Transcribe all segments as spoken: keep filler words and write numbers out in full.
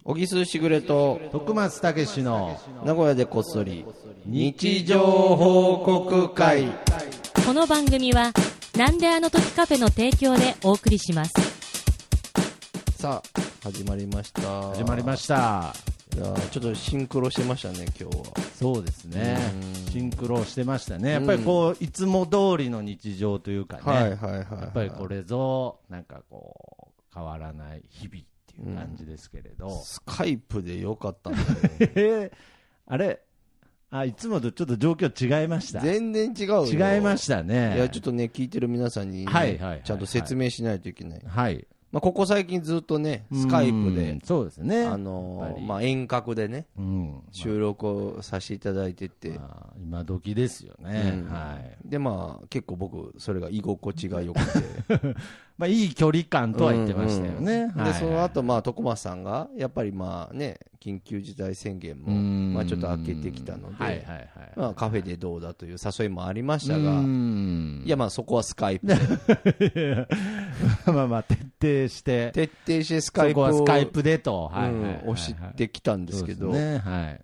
小木須しぐれと徳松たけしの名古屋でこっそり日常報告会。 この番組はなんであの時カフェの提供でお送りします。 さあ始まりました。 始まりました。 いやちょっとシンクロしてましたね今日は。 そうですね、シンクロしてましたね。やっぱりこういつも通りの日常というかね、 はいはいはいはい、 やっぱりこれぞなんかこう変わらない日々っていう感じですけれど、 うん、スカイプでよかったんだねあれあいつもとちょっと状況違いました。 全然違うよ。 違いましたね。 いやちょっとね聞いてる皆さんに、ね、はいはいはいはい、ちゃんと説明しないといけない。 はい、 まあ、ここ最近ずっとねスカイプで、 そうですね、 あのーまあ、遠隔でね、うん、収録をさせていただいてて、 まあ、今時ですよね、うん、はい、 でまあ結構僕それが居心地が良くてまあいい距離感とは言ってましたよね、うんうん、 で、はいはい、その後まあ徳松さんがやっぱりまあね緊急事態宣言もまあちょっと開けてきたので、はいはいはい、まあ、カフェでどうだという誘いもありましたが、うんいやまあそこはスカイプでまあまあ徹底して徹底してスカイプをそこはスカイプでと、はいはいはいはい、 うん、押してきたんですけど、 ねはい、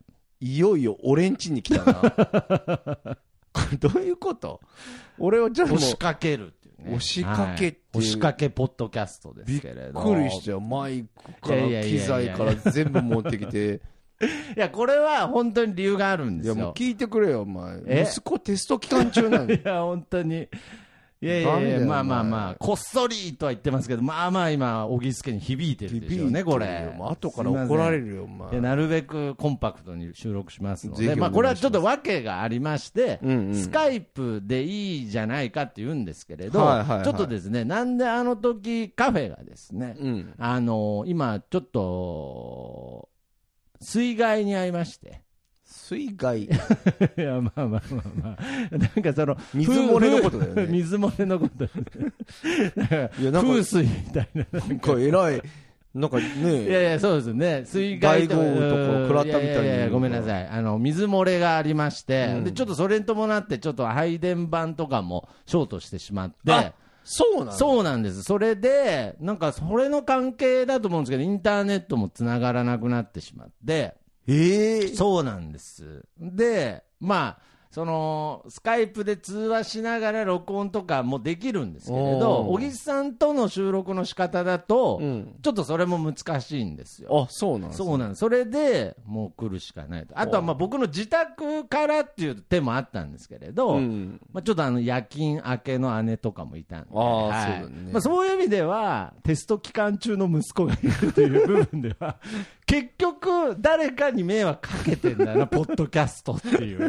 いよいよ俺ん家に来たなこれどういうこと？俺をちょっと押しかけるっていうね。 押しかけっていう、 はい、押しかけポッドキャストですけれど。 びっくりしたよ。マイクから機材から全部持ってきて。 いやこれは本当に理由があるんですよ。 いやもう聞いてくれよお前。息子テスト期間中なんだよ。 いや本当に。いやいやいやまあまあまあこっそりとは言ってますけど、まあまあ今小木助に響いてるでしょうねこれ。 後から怒られるよお前。 なるべくコンパクトに収録しますので、まあこれはちょっと訳がありまして、うんうん、スカイプでいいじゃないかって言うんですけれど、はいはいはい、ちょっとですねなんであの時カフェがですね、うん、あの今ちょっと水害に遭いまして。 水害いやまあまあまあまあなんかその水漏れのことだよね。 水漏れのこといやなんか風水みたいななんか偉いなんかねいやいやそうですね水害とか食らったみたいに。いやいやごめんなさいあの水漏れがありまして、うん、でちょっとそれに伴ってちょっと配電盤とかもショートしてしまって。 そうなんそうなんです。それでなんかそれの関係だと思うんですけどインターネットもつながらなくなってしまってえー、 そうなんです。で、まあ、そのスカイプで通話しながら録音とかもできるんですけれど、小木さんとの収録の仕方だと、うん、ちょっとそれも難しいんですよ。 あ、そうなんですね。 そうなんです。それでもう来るしかないと。あとはまあ僕の自宅からっていう手もあったんですけれど、うん、まあ、ちょっとあの夜勤明けの姉とかもいたんで、 あ、 はい、 そうだね。 まあ、そういう意味ではテスト期間中の息子がいるという部分では結局誰かに迷惑かけてんだなポッドキャストっていう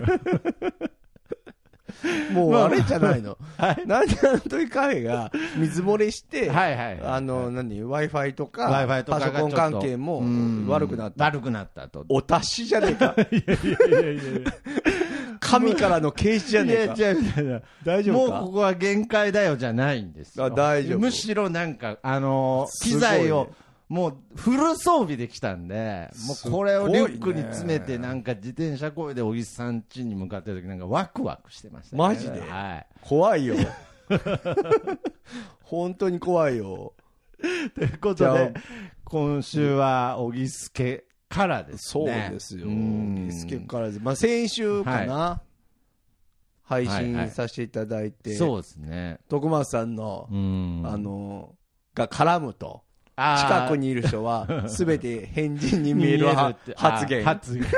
もうあれじゃないの、まあはい、なんであの時カフェが水漏れして、 はいはいはいはい、 あの何 Wi-Fi とか Wi-Fi とかパソコン関係も悪くなった悪くなったとお達しじゃねえかいやいやいやいや神からの啓示じゃねえか。いやいやいや大丈夫か。もうここは限界だよじゃないんですよ。 あ大丈夫。 むしろなんかあのー、機材をもうフル装備できたんで、もうこれをリュックに詰めてなんか自転車こいで小木さん家に向かってる時なんかワクワクしてましたね。 マジで、はい、怖いよ本当に怖いよということで今週は小木助からですね。 そうですよ小木助からです、まあ、先週かな、はい、配信させていただいて、はいはい、 そうですね徳松さんのあのが絡むと近くにいる人はすべて変人に見える発言発言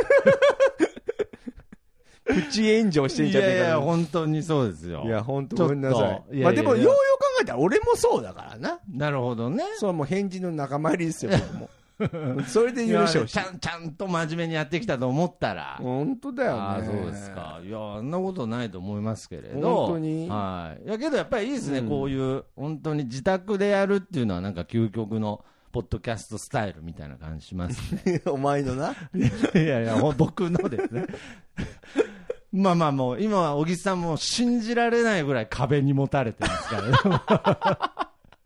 プチ炎上してんじゃねえかな。 いやいや本当にそうですよ。 いや本当ごめんなさい。まあでもようよう考えたら俺もそうだからな。 なるほどね。 そうもう変人の仲間入りですよもうそれで許してほしい。 ちゃんちゃんと真面目にやってきたと思ったら本当だよね。 あそうですか。いやあんなことないと思いますけれど本当にはいいやけどやっぱりいいですね、うん、こういう本当に自宅でやるっていうのはなんか究極のポッドキャストスタイルみたいな感じしますねお前のないやいや僕のですねまあまあもう今は小木さんも信じられないぐらい壁に持たれてますからね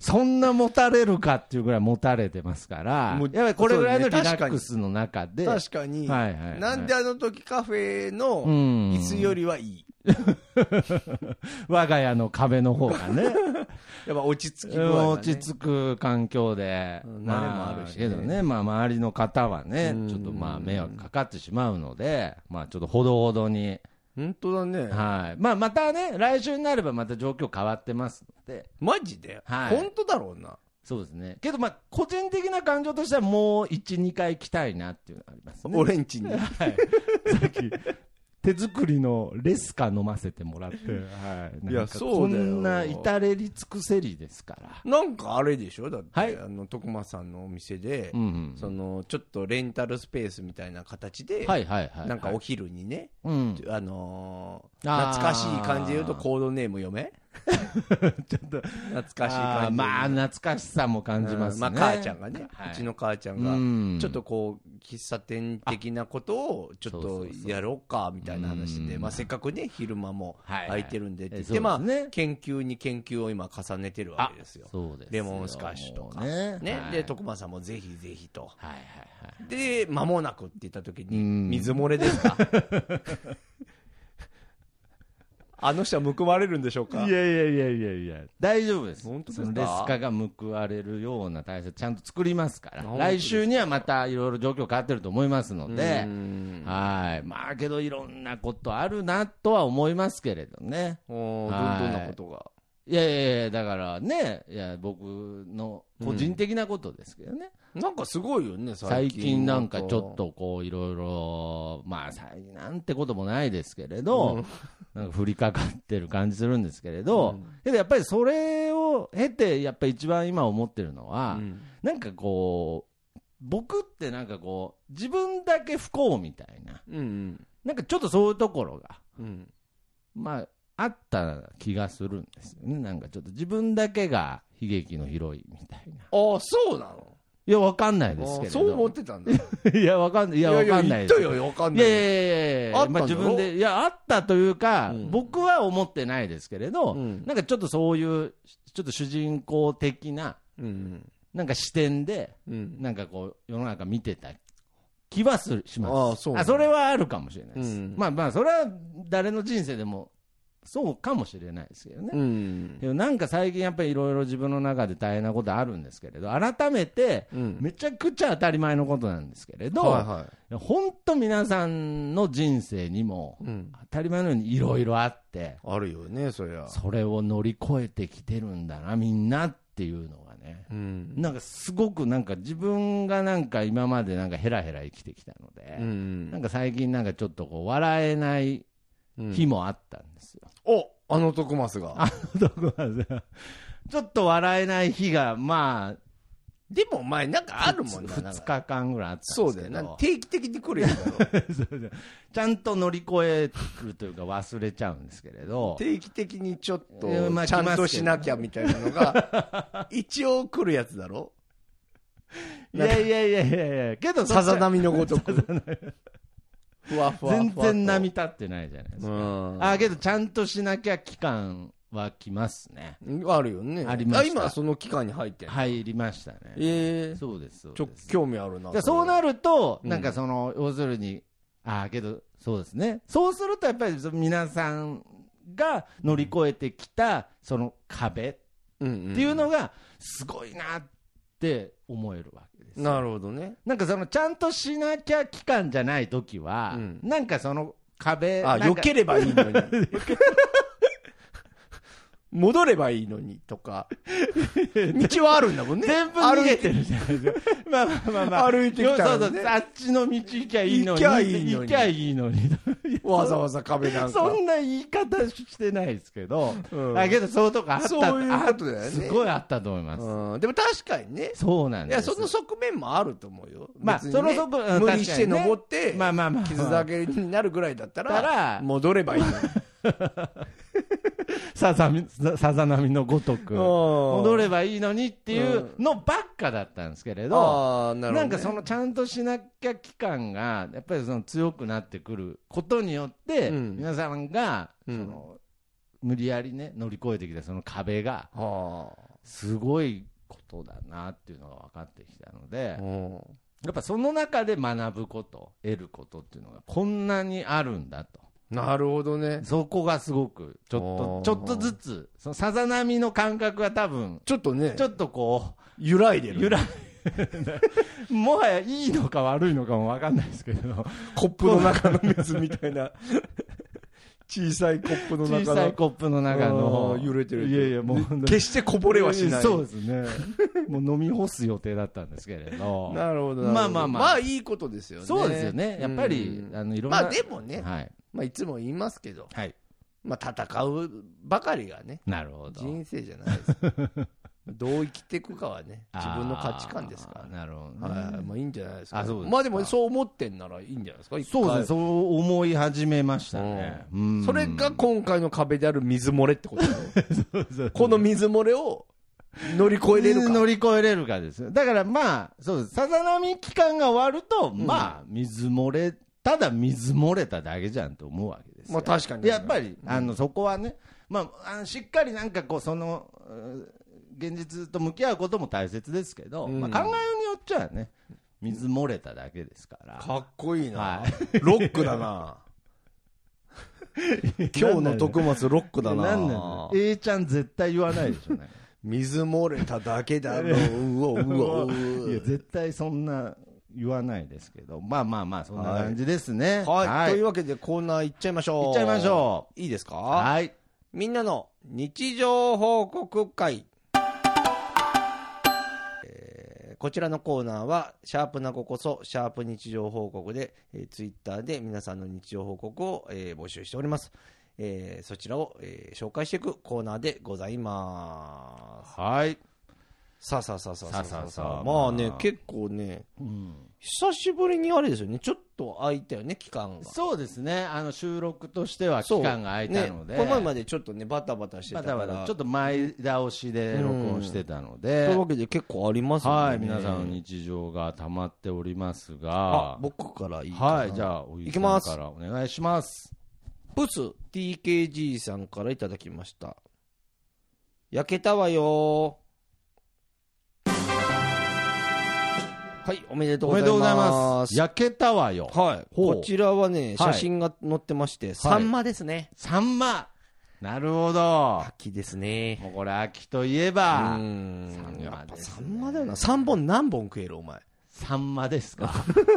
そんな持たれるかっていうぐらい持たれてますから、やっぱりこれぐらいのリラックスの中で。 確かに。はいはいはい、なんであの時カフェの椅子よりはいい。 我が家の壁の方がね。 やっぱ落ち着き具合が、ね、 落ち着く環境で。 慣れもあるし、 ね。けどね、まあ周りの方はね、ちょっとまあ迷惑かかってしまうので、まあちょっとほどほどに。 本当だね。 はい。まあまたね、来週になればまた状況変わってますので。 マジで、はい、本当だろうな。 そうですね。けどまあ個人的な感情としてはもういち、にかい来たいなっていうのがありますね。 俺んちに。はい。 さっき。手作りのレスカ飲ませてもらって、はい、いやそうだよ、こんな至れり尽くせりですから。 なんかあれでしょだって、はい、あの徳間さんのお店で、うんうん、そのちょっとレンタルスペースみたいな形で、はいはいはいはい、なんかお昼にね、うん、あのー、懐かしい感じで言うとコードネーム読めちょっと懐かしい感じ。 まあ懐かしさも感じますね。 まあ母ちゃんがね、はい、うちの母ちゃんが、うん、ちょっとこう喫茶店的なことをちょっとやろうかみたいな話で、まあせっかくね昼間も空いてるんでって言って、まあ研究に研究を今重ねてるわけですよ。 そうですよ。 レモンスカッシュとかね。 ね、はい、で徳間さんもぜひぜひと。はいはいはい。で間もなくって言った時に水漏れですか。あの人は報われるんでしょうか。 いやいやいやいやいや、大丈夫です。本当ですか。そのレスカが報われるような対策ちゃんと作りますから。来週にはまたいろいろ状況変わってると思いますので、はい。まあけどいろんなことあるなとは思いますけれどね。 おどんなことが。 いやいやいや、だからね、いや僕の個人的なことですけどね。 うん、なんかすごいよね、 最近。最近なんかちょっとこういろいろ、まあ最近なんてこともないですけれど、うん、なんか降りかかってる感じするんですけれど、うん、けどやっぱりそれを経て、やっぱり一番今思ってるのは、うん、なんかこう、僕ってなんかこう、自分だけ不幸みたいな、うんうん、なんかちょっとそういうところが、うん、まあ、あった気がするんですよね。なんかちょっと自分だけが悲劇のヒロインみたいな。 ああ、そうなの？ いや、わかんないですけど。 そう思ってたんだ。 いや、わかんない。いや、わかんないです。 いやいや、わかんない。 いやいやいや、まあ自分で、いや、あったというか、うん、僕は思ってないですけれど、うん、なんかちょっとそういう、ちょっと主人公的な、うん、なんか視点で、うん、なんかこう、世の中見てた気はするします。ああ、そう。あ、それはあるかもしれないです。うん、まあまあ、それは誰の人生でも、そうかもしれないですけどね、うん、でもなんか最近やっぱりいろいろ自分の中で大変なことあるんですけれど、改めてめちゃくちゃ当たり前のことなんですけれど、本当、はいはい、皆さんの人生にも当たり前のようにいろいろあって、 あるよね、そりゃ。 それを乗り越えてきてるんだなみんなっていうのがね、うん、なんかすごくなんか自分がなんか今までなんかヘラヘラ生きてきたので、うん、なんか最近なんかちょっとこう笑えない日もあったんですよ。 うん、お、あの徳マスが。 あの徳マスが。ちょっと笑えない日が、まあ。 でも、前なんかあるもんな。 ふつかかんぐらいあったんですけど。 そうだよな。定期的に来るやつだろ。 ちゃんと乗り越えるというか忘れちゃうんですけれど。 定期的にちょっと、ちゃんとしなきゃみたいなのが、一応来るやつだろ。 いやいやいやいやいや、けどさざ波のごとく。 ふわふわ全然波立ってないじゃないですか。あ、けどちゃんとしなきゃ期間は来ますね。 あるよね。 ありました。 今その期間に入ってる。 入りましたね。 ええー、 そうです。 ちょ興味あるな。 そうなると、なんかその、うん、要するに、ああ、けどそうですね。そうするとやっぱり皆さんが乗り越えてきたその壁っていうのがすごいなって思えるわけ。 なるほどね。 なんかそのちゃんとしなきゃ期間じゃないときは、うん、なんかその壁、 あ、避ければいいのに。戻ればいいのにとか。道はあるんだもんね。 全部逃げてるじゃないですか。まあまあまあまあ。 歩いてきたら、ね。そうそう、 あっちの道行きゃいいのに。 行きゃいいのに。 行きゃいいのに。 わざわざ壁なんか。 そんな言い方してないですけど。うん、だけどそういうとこあった。 そういうことだよね。 すごいあったと思います。 うん、でも確かにね。 そうなんです。 いや、その側面もあると思うよ。 まあ、ね、その側面、 無理して登って、 まあまあまあ。 傷だけになるぐらいだったら、戻ればいいのに。 さざみ、さざ波のごとく戻ればいいのにっていうのばっかだったんですけれど、な, なんかそのちゃんとしなきゃ期間がやっぱりその強くなってくることによって、うん、皆さんがその、うん、無理やりね乗り越えてきたその壁が、 すごいことだなっていうのが分かってきたので、やっぱその中で学ぶこと、得ることっていうのがこんなにあるんだと。 なるほどね。 そこがすごくちょっとちょっとずつそのさざ波の感覚が多分ちょっとね、 ちょっとこう揺らいでる。 揺らもはやいいのか悪いのかも分かんないですけど、 コップの中の水みたいな小さいコップの中の小さいコップの中の揺れてる。 いやいやもう決してこぼれはしない。 そうですね。もう飲み干す予定だったんですけれど。 なるほど。 まあまあまあまあいいことですよね。 そうですよね。やっぱりあのいろんな。 まあでもね。はい。まあいつも言いますけど。はい。まあ戦うばかりがね。 なるほど。 人生じゃないです。どう生きていくかはね、自分の価値観ですから。 なるほど、 ね。はい。まあいいんじゃないですか。 あ、そうです。 まあでもそう思ってんならいいんじゃないですか。 そうですね。そう思い始めましたね。 うん、それが今回の壁である水漏れってことですね。そうこの水漏れを乗り越えれるか。 乗り越えれるかです。だからまあ、そうです。さざ波期間が終わると、うん、まあ、水漏れ、ただ水漏れただけじゃんと思うわけですよ。 まあ確かに。 やっぱり、あの、そこはね、まあ、あのしっかりなんかこう、その、現実と向き合うことも大切ですけど、うん、まあ、考えようによっちゃね、水漏れただけですから。 かっこいいな。はい、ロックだな。今日の徳松ロックだな。なんなの A ちゃん絶対言わないでしょうね。 水漏れただけだろ。うおうおいや絶対そんな言わないですけど、まあまあまあそんな感じですね。 はい。はいはい、というわけでコーナー行っちゃいましょう。 行っちゃいましょう。いいですか？ はい。 みんなの日常報告会。こちらのコーナーはシャープなここそシャープ日常報告で、えー、ツイッターで皆さんの日常報告を、えー、募集しております、えー、そちらを、えー、紹介していくコーナーでございます。 はい。 さあさあさあさあさあさあさあまあね結構ね、うん、久しぶりにあれですよね、ちょっと空いたよね期間が。 そうですね、あの収録としては期間が空いたので、 ね、この前までちょっとねバタバタしてたからバタバタちょっと前倒しで録音してたので、 うん、というわけで結構ありますよね。 はい、皆さんの日常が溜まっておりますが、 あ僕からいいかな。 はい、じゃあお湯さんからお願いします。 プス ティーケージー さんからいただきました。焼けたわよ。はい、おめでとうございます。おめでとうございます。 焼けたわよ。 はい。こちらはね、写真が載ってまして、はい、サンマですね。 サンマ。なるほど。 秋ですね。 もうこれ秋といえば、 うん。サンマですね。サンマだよな。さんぼん何本食えるお前。 サンマですか。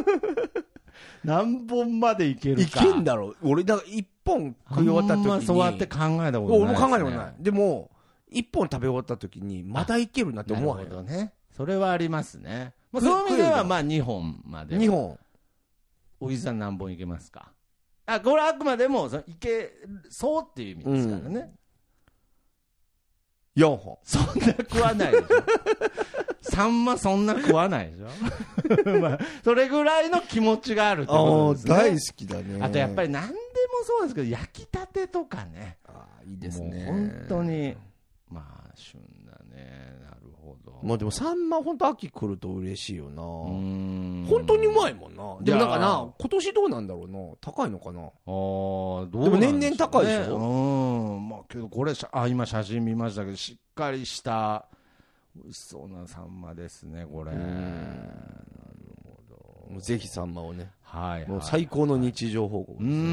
何本までいけるか。 いけんだろ。俺、だからいっぽん食い終わった時に。あんまそうやって考えたことないですね。 俺も考えたことない。でも、いっぽん食べ終わった時に、まだいけるなって思わへん。 なるほどね。それはありますね。まあ、そういう意味ではまあにほんまで。 にほん。 小木さん何本いけますか？あ、これはあくまでもそのいけそうっていう意味ですからね。 うん、よんほん。 そんな食わないでしょ。サンマそんな食わないでしょ。まあ、それぐらいの気持ちがあるってことですね。 大好きだね。 あとやっぱり何でもそうですけど、焼きたてとかね。 あいいですね。 本当に、まあ、旬だね。なるほど。 まあでもサンマ本当秋来ると嬉しいよな。本当にうまいもんな。でもなんかな、今年どうなんだろうな。高いのかな。ああ、 どうでも年々高いでしょ。 うん。まあけどこれ、あ、今写真見ましたけど、しっかりした美味しそうなサンマですね、これ。なるほど。もうぜひサンマをね。 はい。 もう最高の日常報告ですね。うん。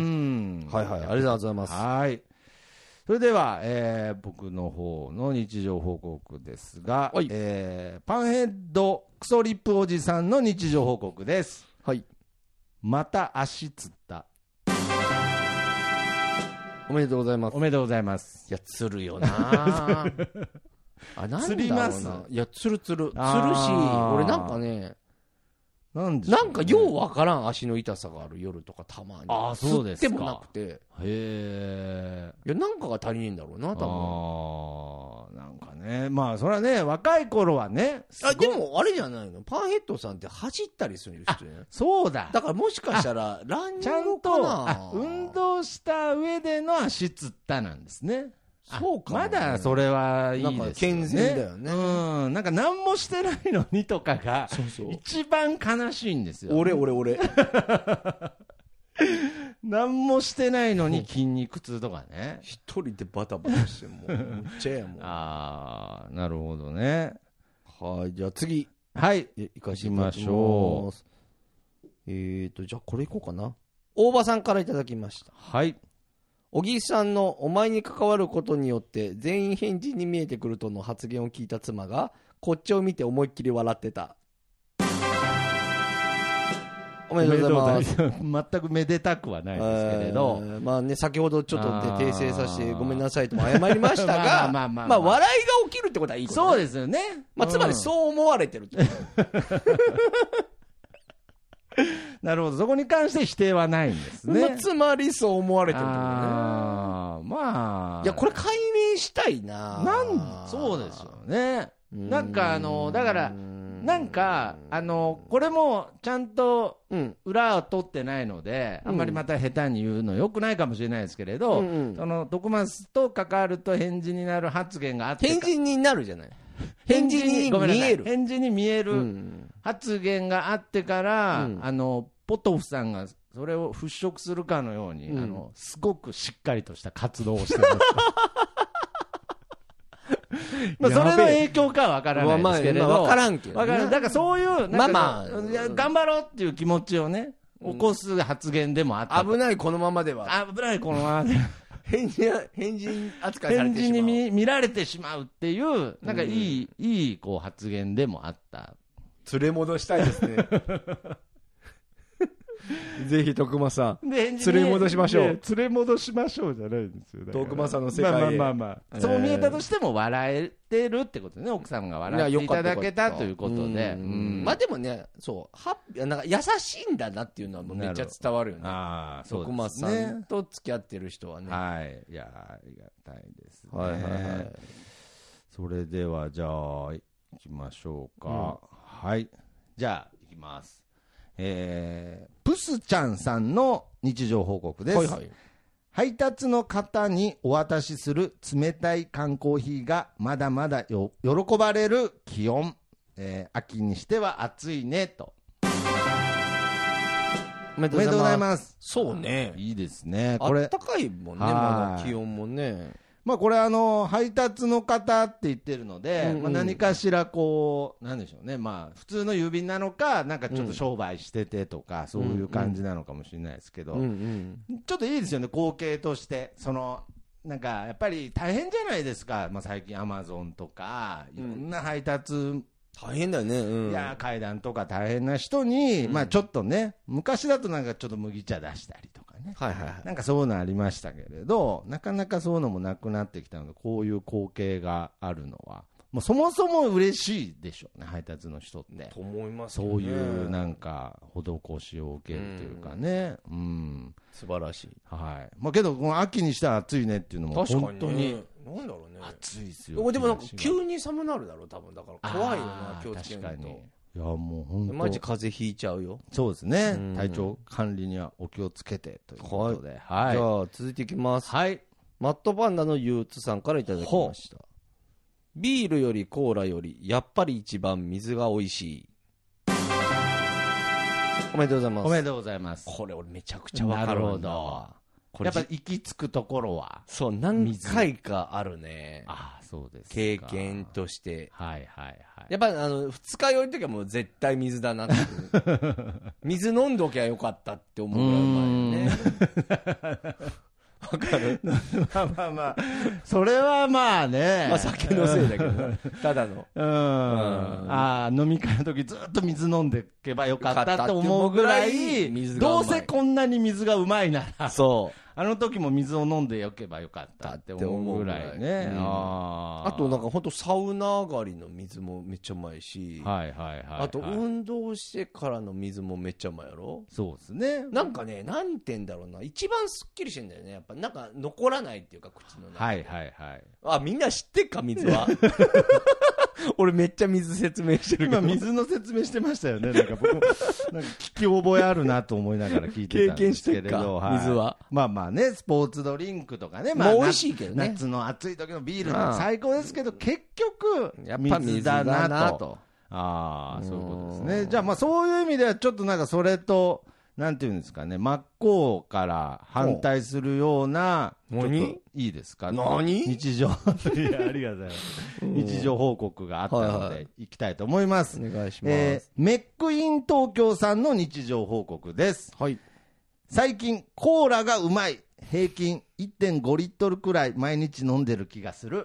はいはい。ありがとうございます。 はい。それでは、えー、僕の方の日常報告ですが、はい、えー、パンヘッドクソリップおじさんの日常報告です。 はい。 また足つった。 おめでとうございます。 おめでとうございます。 いや、釣るよなあ、なんだろうな。釣ります。いや、釣る釣る。釣るし、俺なんかね、 なんでしょうね、なんかようわからん足の痛さがある夜とかたまに。 ああ、そうですか。 釣ってもなくて。へえ。 いや、なんかが足りねえんだろうな、多分。 ああ、なんかね。まあ、それはね、若い頃はね。 あ、でも、あれじゃないの、パンヘッドさんって走ったりする人ね。 そうだ。 だからもしかしたら、ランニングかな。 ちゃんと、運動した上での足つったなんですね。 そうか、 ね、まだそれはいいですよね。なんか健全だよね。 うん。なんか何もしてないのにとかが、そうそう一番悲しいんですよ、ね。 俺、俺、俺。 ね何もしてないのに筋肉痛とかね。 一人でバタバタしてもうむっちゃやもん。 ああ、なるほどね。 はい、じゃあ次。 はい。 行かしましょう。えーと、じゃあこれ行こうかな。大場さんからいただきました。 はい。 小木さんのお前に関わることによって全員変人に見えてくるとの発言を聞いた妻がこっちを見て思いっきり笑ってた。おめでとうございます。 全くめでたくはないですけれど、 えー、まあね、先ほどちょっと訂正させてごめんなさいとも謝りましたが、まあまあ、まあ、笑いが起きるってことはいいこと、ね、 そうですよね。 まあ、つまりそう思われてるって、うん、 なるほど、そこに関して否定はないんですね。 まあ、つまりそう思われてるってことね。 あまあ、 いや、これ解明したいな。 なんそうですよね。なんかあのだからなんかあのこれもちゃんと裏を取ってないので、あんまりまた下手に言うのよくないかもしれないですけれど、うんうん、その徳松と関わると変人になる発言があって、 変人になるじゃない、変人に見える、 変人に見える発言があってから、うん、あのポトフさんがそれを払拭するかのように、うん、あのすごくしっかりとした活動をしてます。まあそれの影響かは分からないですけれど、 まあ、分からんけど、ね、 だからそういうまあまあ頑張ろうっていう気持ちをね起こす発言でもあった、 うん、危ないこのままでは危ないこのままで変人変人扱いされてしまう、 変人に 見, 見られてしまうっていうなんかいい、うん、いいこう発言でもあった。 連れ戻したいですね。ぜひ徳間さん連れ戻しましょう。 連れ戻しましょうじゃないんですよ。 徳間さんの世界へ、 まあまあまあ、まあ、そう見えたとしても笑えてるってことね。奥さんが笑っていただけたということで、うん、 まあでもね、そうハッなんか優しいんだなっていうのはもうめっちゃ伝わるよね。ああ、そうですね。徳間さんと付き合ってる人はね。 はい、いやありがたいですね。はいはいはい。それではじゃあ行きましょうか。うん、はい、じゃあ行きます。えー、プスちゃんさんの日常報告です、はいはい、配達の方にお渡しする冷たい缶コーヒーがまだまだよ喜ばれる気温、えー、秋にしては暑いねと。おめでとうございます。 そうね、 いいですね。これあったかいもんね、まだ気温もね。 まあ、これあの配達の方って言ってるので、うんうん、まあ、何かしらこうなんでしょうね、まあ、普通の郵便なのかなんかちょっと商売しててとか、うん、そういう感じなのかもしれないですけど、うんうん、ちょっといいですよね、光景として。そのなんかやっぱり大変じゃないですか、まあ、最近アマゾンとかいろんな配達、うん、 大変だよね、うん、 いや階段とか大変な人に、うん、まあ、ちょっとね昔だとなんかちょっと麦茶出したりとかね、はいはいはい、なんかそういうのありましたけれど、なかなかそういうのもなくなってきたので、こういう光景があるのはもうそもそも嬉しいでしょうね、配達の人ってと思いますね。 そういうなんか施しを受けるというかね、うん、うん、 素晴らしい、 はい。まあ、けどこの秋にしたら暑いねっていうのも本当になんだろうね、 暑いですよ。 でもなんか急に寒なるだろう多分、だから怖いよな、気をつけないと。 いやもう本当マジ風邪ひいちゃうよ。 そうですね、うん、体調管理にはお気をつけてということで、はいはい、 じゃあ続いていきます、はい、マットパンダの憂鬱さんからいただきました。ビールよりコーラよりやっぱり一番水が美味しい。おめでとうございます。 おめでとうございます。 これ俺めちゃくちゃわかるんだわ。 これやっぱ行き着くところはそう何回かあるね。 ああそうですか。 経験として、 はいはいはい、やっぱあの二日酔いの時はもう絶対水だなって水飲んどきゃよかったって思うぐらいうまいよね。わかる。 まあまあまあそれはまあね、 まあ酒のせいだけどただの、 うん、うん、ああ飲み会の時ずっと水飲んでいけばよかったと思うぐらい、水がうまい。どうせこんなに水がうまいならそうあの時も水を飲んでよけばよかったって思うぐらいね、うん、あ, あとなんか本当サウナ上がりの水もめっちゃうまいし、 はいはいはい、はい、 あと運動してからの水もめっちゃうまいやろ。 そうですね。 なんかね、なんて言うんだろうな、一番すっきりしてんだよね、やっぱなんか残らないっていうか口の中。 はいはいはい。 あ、みんな知ってっか水は。俺めっちゃ水説明してるけど、 今水の説明してましたよね。なんか僕もなんか聞き覚えあるなと思いながら聞いてたんですけれど、経験してっか、 はい、水はまあまあね、スポーツドリンクとかね、まあ美味しいけどね、 夏の暑い時のビールも最高ですけど、結局やっぱ水だなと。ああ、そういうことですね。じゃあまあそういう意味ではちょっとなんかそれとなんていうんですかね、真っ向から反対するような、ちょっといいですか、 何日常、いや、ありがとうございます。日常報告があったので、行きたいと思います。 お願いします。 えー、メックイン東京さんの日常報告です。 はい。 最近、コーラがうまい。平均 いってんごリットルくらい毎日飲んでる気がする。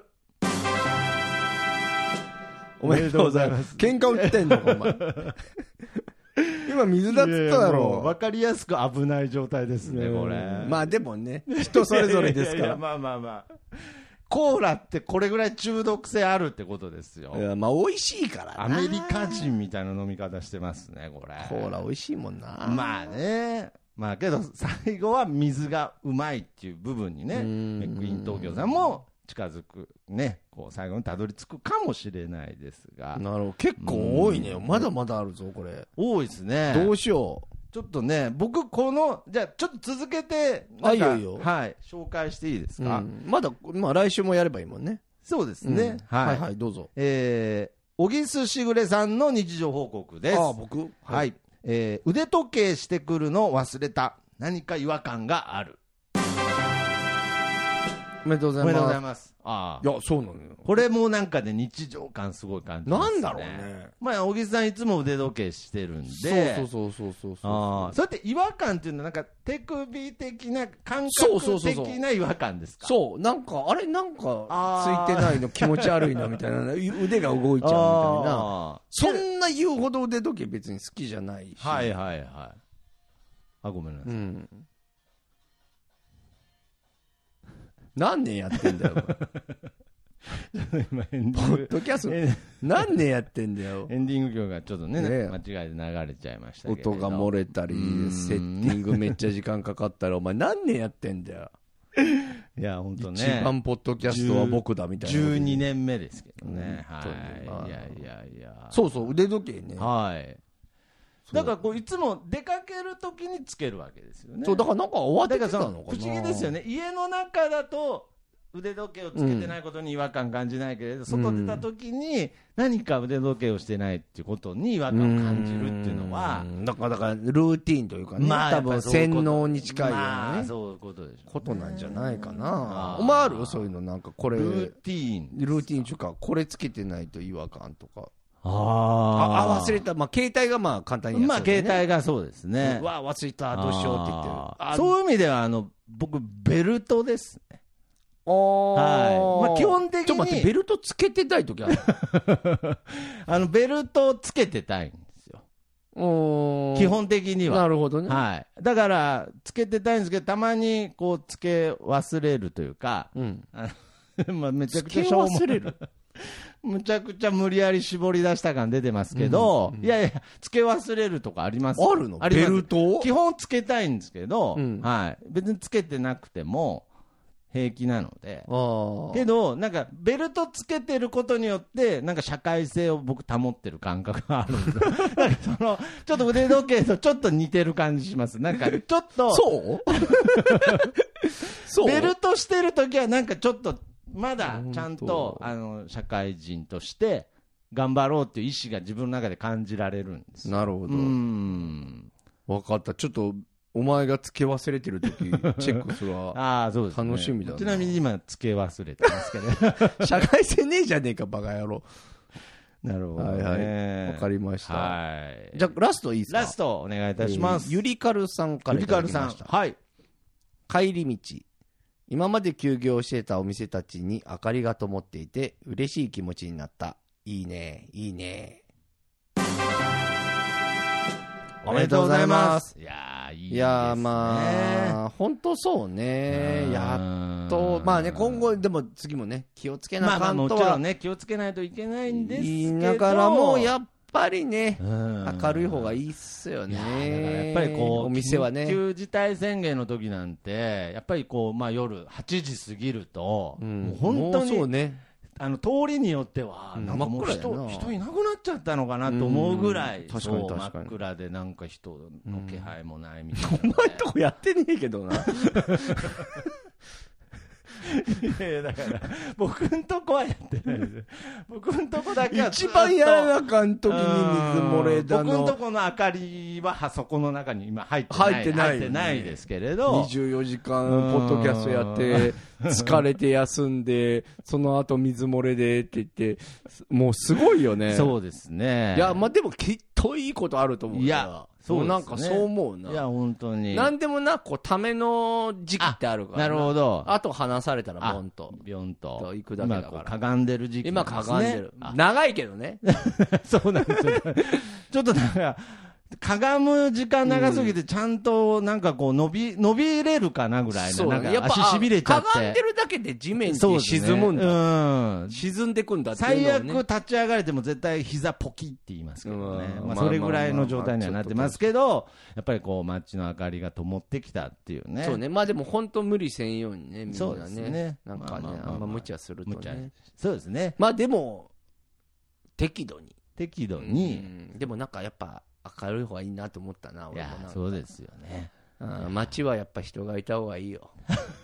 おめでとうございます。喧嘩売ってんのか、お前。今水だっつっただろう。 わかりやすく危ない状態ですね、これ。 まあでもね、人それぞれですから。いやいやまあまあまあ。コーラってこれぐらい中毒性あるってことですよ。 いや、まあ美味しいからな。 アメリカ人みたいな飲み方してますね、これ。 コーラ美味しいもんな。 まあね。まあけど、最後は水がうまいっていう部分にね、メックイン東京さんも近づく、ね、こう最後にたどり着くかもしれないですが。 なるほど。結構多いね。まだまだあるぞ、これ。 多いですね。 どうしよう。 ちょっとね、僕、この、じゃあ、ちょっと続けて、 あ、いいよいいよ。 はい、紹介していいですか。うん、 まだ、まあ来週もやればいいもんね。 そうですね。うん、 はい、はいはい、どうぞ。 えー、小木すしぐれさんの日常報告です。 ああ、僕、 はい、はい。えー、腕時計してくるの忘れた。何か違和感がある。 おめでとうございます。 おめでとうございます。ああ。いや、そうなのよ。 これもなんかね、日常感すごい感じますね。 なんだろうね。 まあ、小木さんいつも腕時計してるんで。 そうそうそうそうそう。 ああ。そうやって違和感っていうのはなんか手首的な感覚的な違和感ですか。 そう。なんか、あれなんかついてないの気持ち悪いなみたいな。腕が動いちゃうみたいな。そんな言うほど腕時計別に好きじゃないし。 はいはいはい。あ、ごめんなさい。うん。 何年やってんだよ。 今エンディング。ポッドキャスト何年やってんだよ。 エンディング曲がちょっとね、ね間違いで流れちゃいましたけど。 音が漏れたり、セッティングめっちゃ時間かかったら、お前何年やってんだよ。 いや、ほんとね。 一番ポッドキャストは僕だみたいな。 じゅうにねんめですけどね。はい。いやいやいや。 そうそう、腕時計ね。 はい。だからこういつも出かけるときにつけるわけですよね。 そう、だからなんか終わってたのかな。 不思議ですよね。家の中だと腕時計をつけてないことに違和感感じないけれど、うん、外出たときに何か腕時計をしてないっていうことに違和感を感じるっていうのは、 うん、だからだからルーティーンというかね、まあ、多分洗脳に近いよね、まあ、そういうことでしょう、ね、 ことなんじゃないかな。お前あるそういうのなんかこれルーティーンルーティーンというかこれつけてないと違和感とか。 ああ、忘れた。まあ、携帯がまあ簡単に、ね。 まあ、携帯がそうですね。 うわ、忘れた、どうしようって言ってる。 そういう意味では、あの、僕、ベルトですね。 ああ。 はい。まあ、基本的に。 ちょっと待って、ベルトつけてたいときあるあの、ベルトをつけてたいんですよ。基本的には。 なるほどね。 はい。だから、つけてたいんですけど、たまに、こう、つけ忘れるというか、うん。まあ、めちゃくちゃしょうも忘れるむちゃくちゃ無理やり絞り出した感出てますけど、うんうん、いやいや、つけ忘れるとかあります。 あるの？ベルト？ 基本つけたいんですけど、うん、はい。別につけてなくても平気なので。けど、なんか、ベルトつけてることによって、なんか社会性を僕保ってる感覚があるんですよ。なんかその、ちょっと腕時計とちょっと似てる感じします。なんか、ちょっと。 そうそうベルトしてるときはなんかちょっと、まだちゃんとあの社会人として頑張ろうっていう意思が自分の中で感じられるんです。 なるほど。うん。分かった。ちょっとお前がつけ忘れてるときチェックするわ。 ああ、そうです、ね。 楽しみだな。 ちなみに今つけ忘れてますけど。 社会性ねえじゃねえかバカ野郎。 なるほど、ね。 はいはい。わかりました。 はい。 じゃあラストいいですか。 ラストお願いいたします。 ゆりかるさんからいただきました。 はい。 帰り道。今まで休業してたお店たちに明かりが灯っていて嬉しい気持ちになった。いいね、いいね。おめでとうございます。 いやー、いいですね。 いやー、まあ、本当そうね。やっと、まあね、今後、でも次もね、気をつけなあかんとは。 まあまあもちろんね、気をつけないといけないんですけど。言いながらも、やっぱりね、明るい方がいいっすよね。だからやっぱりこう、 お店はね。 緊急事態宣言の時なんて、やっぱりこう、まあ夜はちじ過ぎると、うん、もう本当に、 そうね。 あの通りによっては、なんかもう人、人いなくなっちゃったのかなと思うぐらい、 確かに確かに。 真っ暗でなんか人の気配もないみたいな、ね。 お前んとこやってねえけどな。 いやいやだから僕んとこはやってないです僕んとこだけは一番やらなあかん時に水漏れだの。 僕んとこの明かりはそこの中に今入ってない入ってない、 入ってないですけれど、 にじゅうよじかんポッドキャストやって疲れて休んでその後水漏れでって言ってもうすごいよね。 そうですね。 いやまあでもきっといいことあると思う。 いやそうですね、 なんかそう思うな。 いや本当になんでもなこうための時期ってあるからな。 なるほど。 あと離されたらボンとビョンと行くだけだから。 今かがんでる時期なんですね。今かがんでる。長いけどね。 そうなんですよ。ちょっとなんかかがむ時間長すぎてちゃんとなんかこう伸び伸びれるかなぐらいの、なんか足しびれちゃって。 かがんでるだけで地面に沈むんだ。 ね、うん。 沈んでくんだっていうのをね。 最悪立ち上がれても絶対膝ポキって言いますけどね。まあそれぐらいの状態にはなってますけど、やっぱりこう街の明かりが灯ってきたっていうね。 そうね。まあでも本当無理せんようにね、みんなね。 そうですね。 なんかね、あんま無茶するとね。 そうですね。 まあでも適度に。 適度に。 でもなんかやっぱ。明るい方がいいなと思ったな。 いやそうですよね。 街はやっぱ人がいた方がいいよ。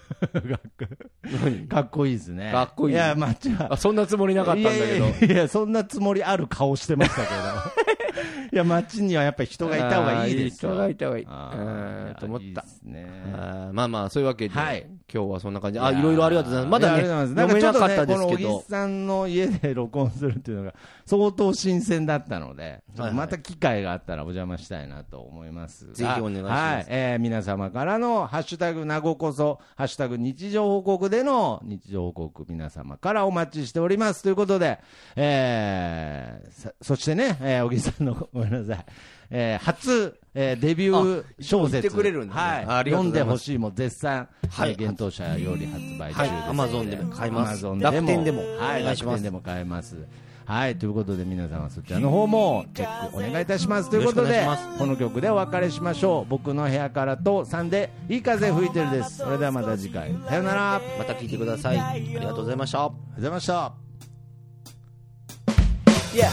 かっこいいですね。 かっこいい。 いや街はそんなつもりなかったんだけど。 いやいやいやそんなつもりある顔してましたけど。いや街にはやっぱり人がいた方がいいですよ。 人がいた方がいい。うんと思った。 いいですね。 まあまあそういうわけで、 はい、 今日はそんな感じ。あいろいろありがとうございます。まだね読めなかったですけど、この小木さんの家で録音するっていうのが相当新鮮だったので、また機会があったらお邪魔したいなと思います。 ぜひお願いします。 はい、えー、皆様からのハッシュタグなごこそハッシュタグ日常報告での日常報告皆様からお待ちしておりますということで、えー、そしてね、えー、小木さんのごめんなさい、えー、初、えー、デビュー小説、 くれるんだね、 はい、読んでほしいも絶賛、はい、幻冬舎より発売中です。 アマゾンでも買えます。 楽天でも、 はい、楽天でも買えます。はい、ということで皆様そちらの方もチェックお願いいたしますということで、この曲でお別れしましょう。僕の部屋からとさんでいい風吹いてるです。それではまた次回さよなら。 また聞いてください。ありがとうございました。 ありがとうございました。 Yeah.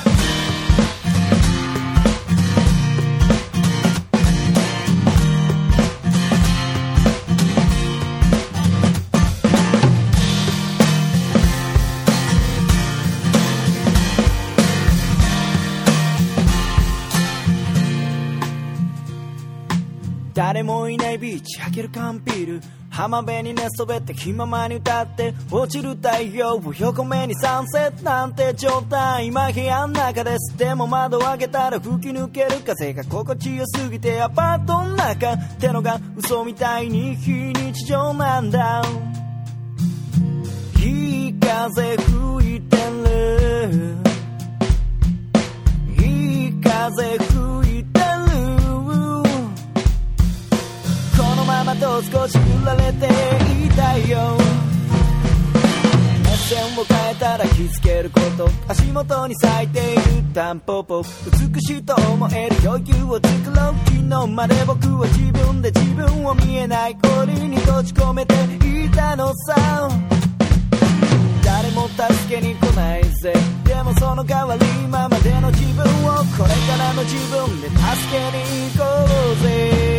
「誰もいないビーチ開ける缶ビール」「浜辺に寝そべって気ままに歌って」「落ちる太陽を横目にサンセットなんて状態」「今部屋の中です」「でも窓を開けたら吹き抜ける風が心地よすぎて」「アパートの中ってのが嘘みたいに非日常なんだ」「いい風吹いてる」「いい風吹いてる」このままと少し揺られていたいよ。目線を変えたら気づけること、足元に咲いているタンポポ、美しいと思える余裕を作ろう。昨日まで僕は自分で自分を見えない檻に閉じ込めていたのさ。誰も助けに来ないぜ。でもその代わり今までの自分をこれからの自分で助けに行こうぜ。